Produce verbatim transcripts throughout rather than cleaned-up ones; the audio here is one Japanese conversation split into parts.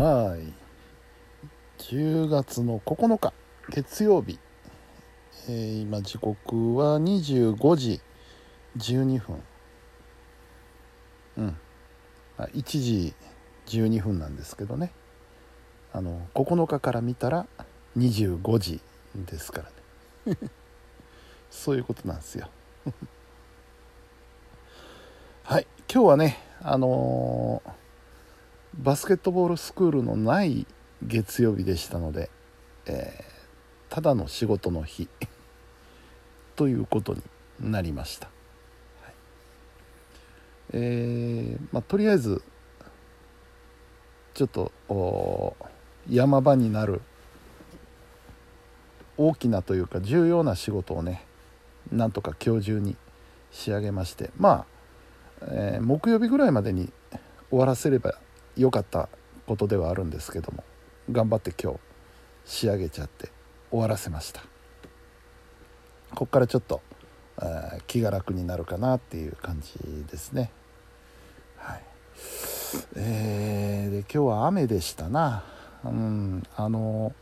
はい、じゅうがつのここのか月曜日、えー、今時刻はにじゅうごじじゅうにふん、うんいちじじゅうにふんなんですけどね、あのここのかから見たらにじゅうごじですからねそういうことなんですよはい、今日はねあのー、バスケットボールスクールのない月曜日でしたので、えー、ただの仕事の日ということになりました。はい、えーまあ、とりあえずちょっと山場になる大きなというか重要な仕事をねなんとか今日中に仕上げまして、まあ、えー、木曜日ぐらいまでに終わらせればよかったことではあるんですけども、頑張って今日仕上げちゃって終わらせました。ここからちょっと、えー、気が楽になるかなっていう感じですね。はい、えー、で今日は雨でしたな。うんあの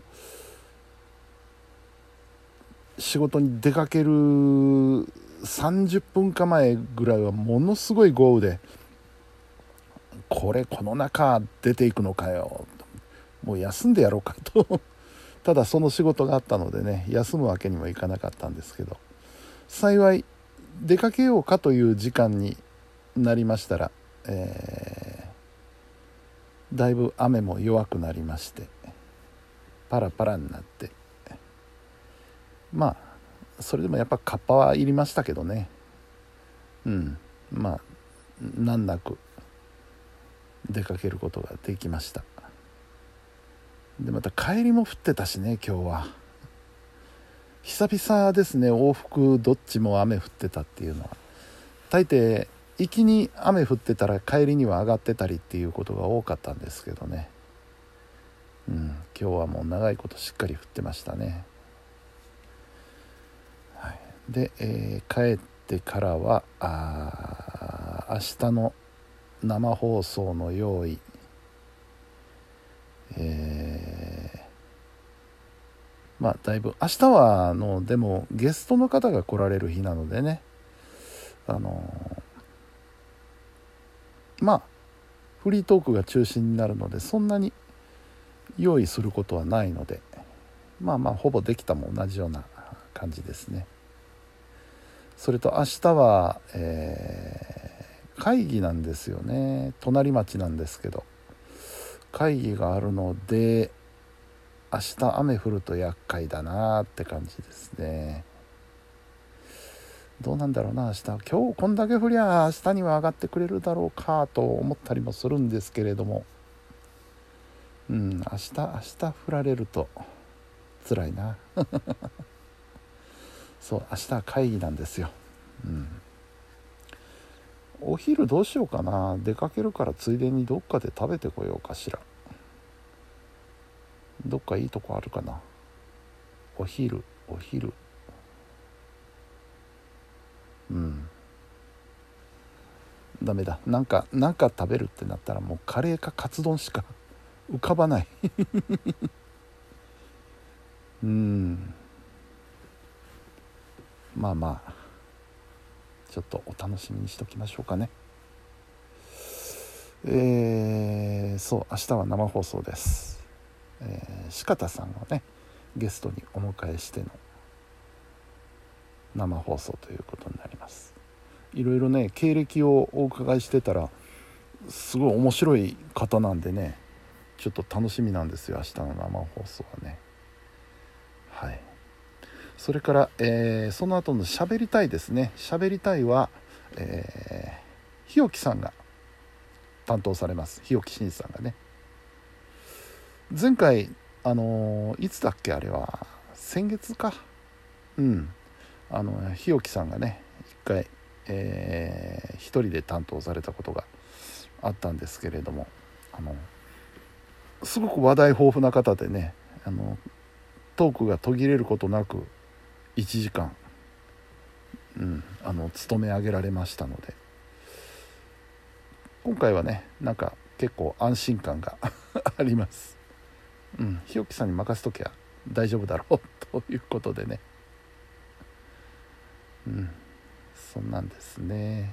仕事に出かけるさんじゅっぷんかまえぐらいはものすごい豪雨で、これこの中出ていくのかよ、もう休んでやろうかとただその仕事があったのでね、休むわけにもいかなかったんですけど、幸い出かけようかという時間になりましたら、えー、だいぶ雨も弱くなりまして、パラパラになって、まあそれでもやっぱカッパはいりましたけどね、うんまあ難なく出かけることができました。でまた帰りも降ってたしね、今日は久々ですね。往復どっちも雨降ってたっていうのは、大抵行きに雨降ってたら帰りには上がってたりっていうことが多かったんですけどね、うん、今日はもう長いことしっかり降ってましたね。はい、で、えー、帰ってからはあ明日の生放送の用意、えー、まあだいぶ明日はあのでもゲストの方が来られる日なのでね、あのー、まあフリートークが中心になるのでそんなに用意することはないので、まあまあほぼできたも同じような感じですね。それと明日は、えー、会議なんですよね。隣町なんですけど会議があるので、明日雨降ると厄介だなって感じですね。どうなんだろうな、明日今日こんだけ降りゃ明日には上がってくれるだろうかと思ったりもするんですけれども、うん明日明日降られると辛いなそう明日は会議なんですよ。うんお昼どうしようかな、出かけるからついでにどっかで食べてこようかしら。どっかいいとこあるかな。お昼お昼うんダメだ、なんかなんか食べるってなったらもうカレーかカツ丼しか浮かばないうんまあまあちょっとお楽しみにしときましょうかね。えー、そう明日は生放送です。えー、四方さんをねゲストにお迎えしての生放送ということになります。いろいろね経歴をお伺いしてたらすごい面白い方なんでね、ちょっと楽しみなんですよ明日の生放送はね。はい、それから、えー、その後の喋りたいですね。喋りたいは、えー、日置さんが担当されます。日置慎さんがね、前回あのー、いつだっけあれは先月か、うんあの日置さんがね一回、えー、一人で担当されたことがあったんですけれども、あのすごく話題豊富な方でね、あのトークが途切れることなくいちじかん、うん、あの務め上げられましたので、今回はねなんか結構安心感がああります。うん、日置さんに任せときゃ大丈夫だろうということでね、うん、そんなんですね。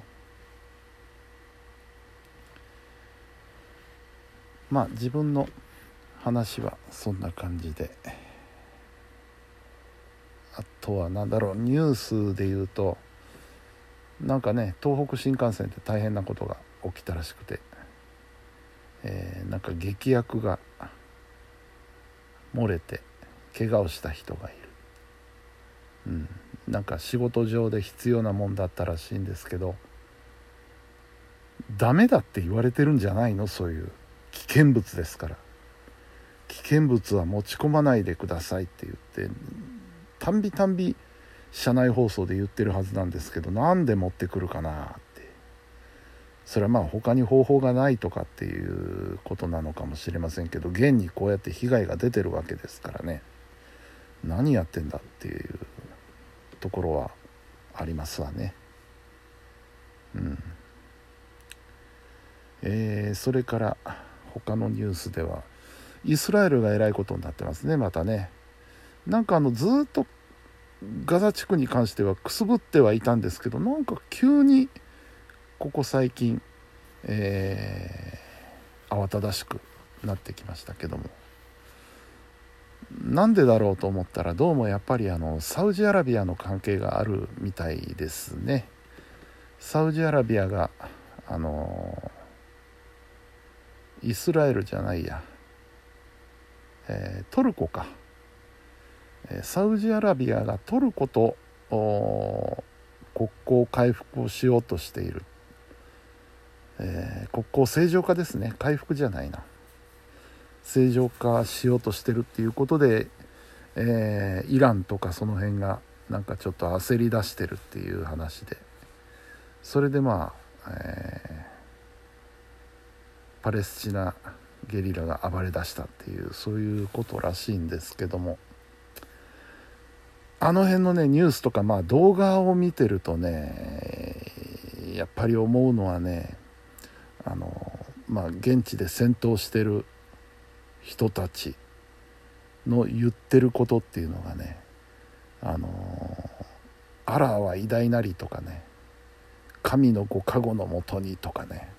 まあ自分の話はそんな感じで、あとは何だろう、ニュースで言うと、なんかね、東北新幹線で大変なことが起きたらしくて、えー、なんか劇薬が漏れて怪我をした人がいる、うん、なんか仕事上で必要なもんだったらしいんですけど、ダメだって言われてるんじゃないの、そういう危険物ですから。危険物は持ち込まないでくださいって言って、たんびたんび車内放送で言ってるはずなんですけど、なんで持ってくるかなって。それはまあ他に方法がないとかっていうことなのかもしれませんけど、現にこうやって被害が出てるわけですからね、何やってんだっていうところはありますわね。うんえー、それから他のニュースではイスラエルがえらいことになってますね。またね、なんかあのずっとガザ地区に関してはくすぶってはいたんですけど、なんか急にここ最近、えー、慌ただしくなってきましたけども、なんでだろうと思ったら、どうもやっぱりあのサウジアラビアの関係があるみたいですね。サウジアラビアがあのイスラエルじゃないや、えー、トルコか、えー、サウジアラビアがトルコと国交回復をしようとしている、えー、国交正常化ですね、回復じゃないな、正常化しようとしてるっていうことで、えー、イランとかその辺がなんかちょっと焦り出してるっていう話で、それでまあ、えー、パレスチナゲリラが暴れ出したっていう、そういうことらしいんですけども、あの辺のねニュースとか、まあ動画を見てるとね、やっぱり思うのはね、あのまあ現地で戦闘してる人たちの言ってることっていうのがね、あのアラーは偉大なりとかね、神のご加護のもとにとかね、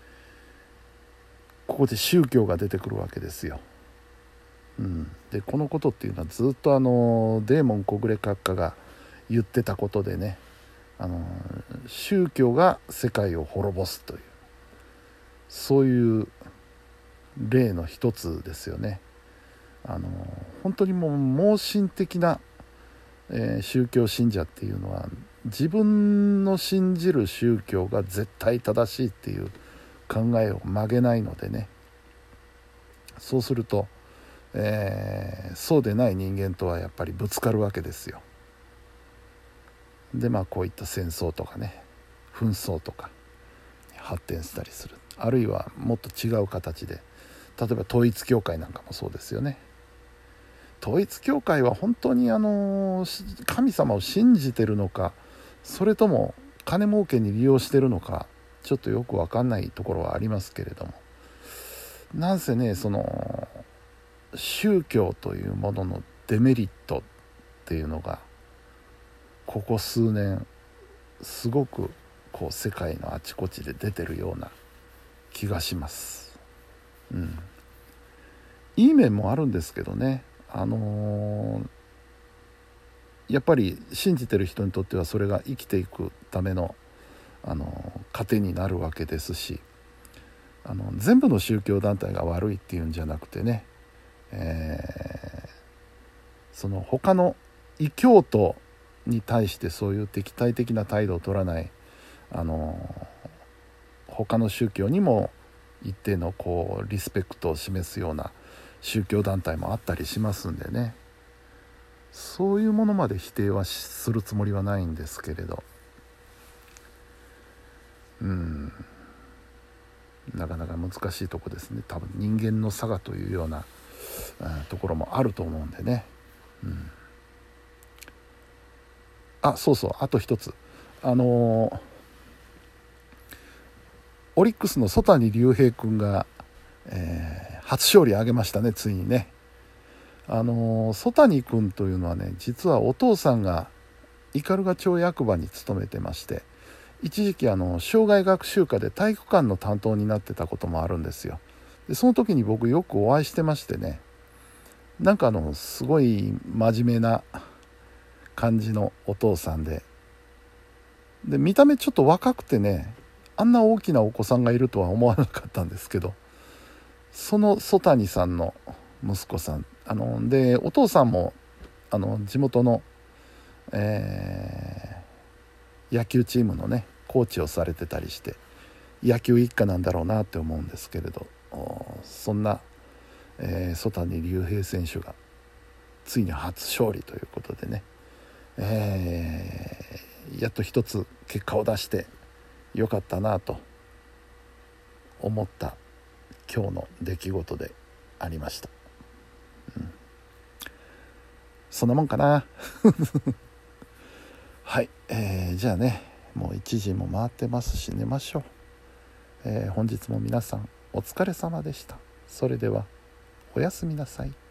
ここで宗教が出てくるわけですよ。うん、でこのことっていうのはずっとあのデーモン小暮閣下が言ってたことでね、あの宗教が世界を滅ぼすという、そういう例の一つですよね。あの本当にもう盲信的な、えー、宗教信者っていうのは、自分の信じる宗教が絶対正しいっていう考えを曲げないのでね、そうすると、えー、そうでない人間とはやっぱりぶつかるわけですよ。でまあこういった戦争とかね、紛争とか発展したりする、あるいはもっと違う形で、例えば統一教会なんかもそうですよね。統一教会は本当にあの神様を信じてるのか、それとも金儲けに利用してるのか、ちょっとよく分かんないところはありますけれども、なんせね、その宗教というもののデメリットっていうのがここ数年すごくこう世界のあちこちで出てるような気がします。うん、いい面もあるんですけどね、あのー、やっぱり信じてる人にとってはそれが生きていくための、あのー、糧になるわけですし、あの全部の宗教団体が悪いっていうんじゃなくてね、えー、その他の異教徒に対してそういう敵対的な態度を取らない、あの他の宗教にも一定のこうリスペクトを示すような宗教団体もあったりしますんでね、そういうものまで否定はするつもりはないんですけれど、うんなかなか難しいとこですね。多分人間の差がというような、うん、ところもあると思うんでね、うん、あそうそう、あと一つ、あのー、オリックスの曽谷龍平君が、えー、 初勝利挙げましたね、ついにね。あの曽谷君というのはね、実はお父さんが斑鳩町役場に勤めてまして、一時期あの障害学習科で体育館の担当になってたこともあるんですよ。でその時に僕よくお会いしてましてね、なんかあのすごい真面目な感じのお父さんで、で見た目ちょっと若くてね、あんな大きなお子さんがいるとは思わなかったんですけど、その曽谷さんの息子さん、あのでお父さんもあの地元の、えー野球チームのねコーチをされてたりして、野球一家なんだろうなって思うんですけれど、そんな、えー、曽谷龍平選手がついに初勝利ということでね、えー、やっと一つ結果を出してよかったなと思った今日の出来事でありました。うん、そんなもんかなはい、えー、じゃあね、もういちじも回ってますし寝ましょう。えー、本日も皆さんお疲れ様でした。それではおやすみなさい。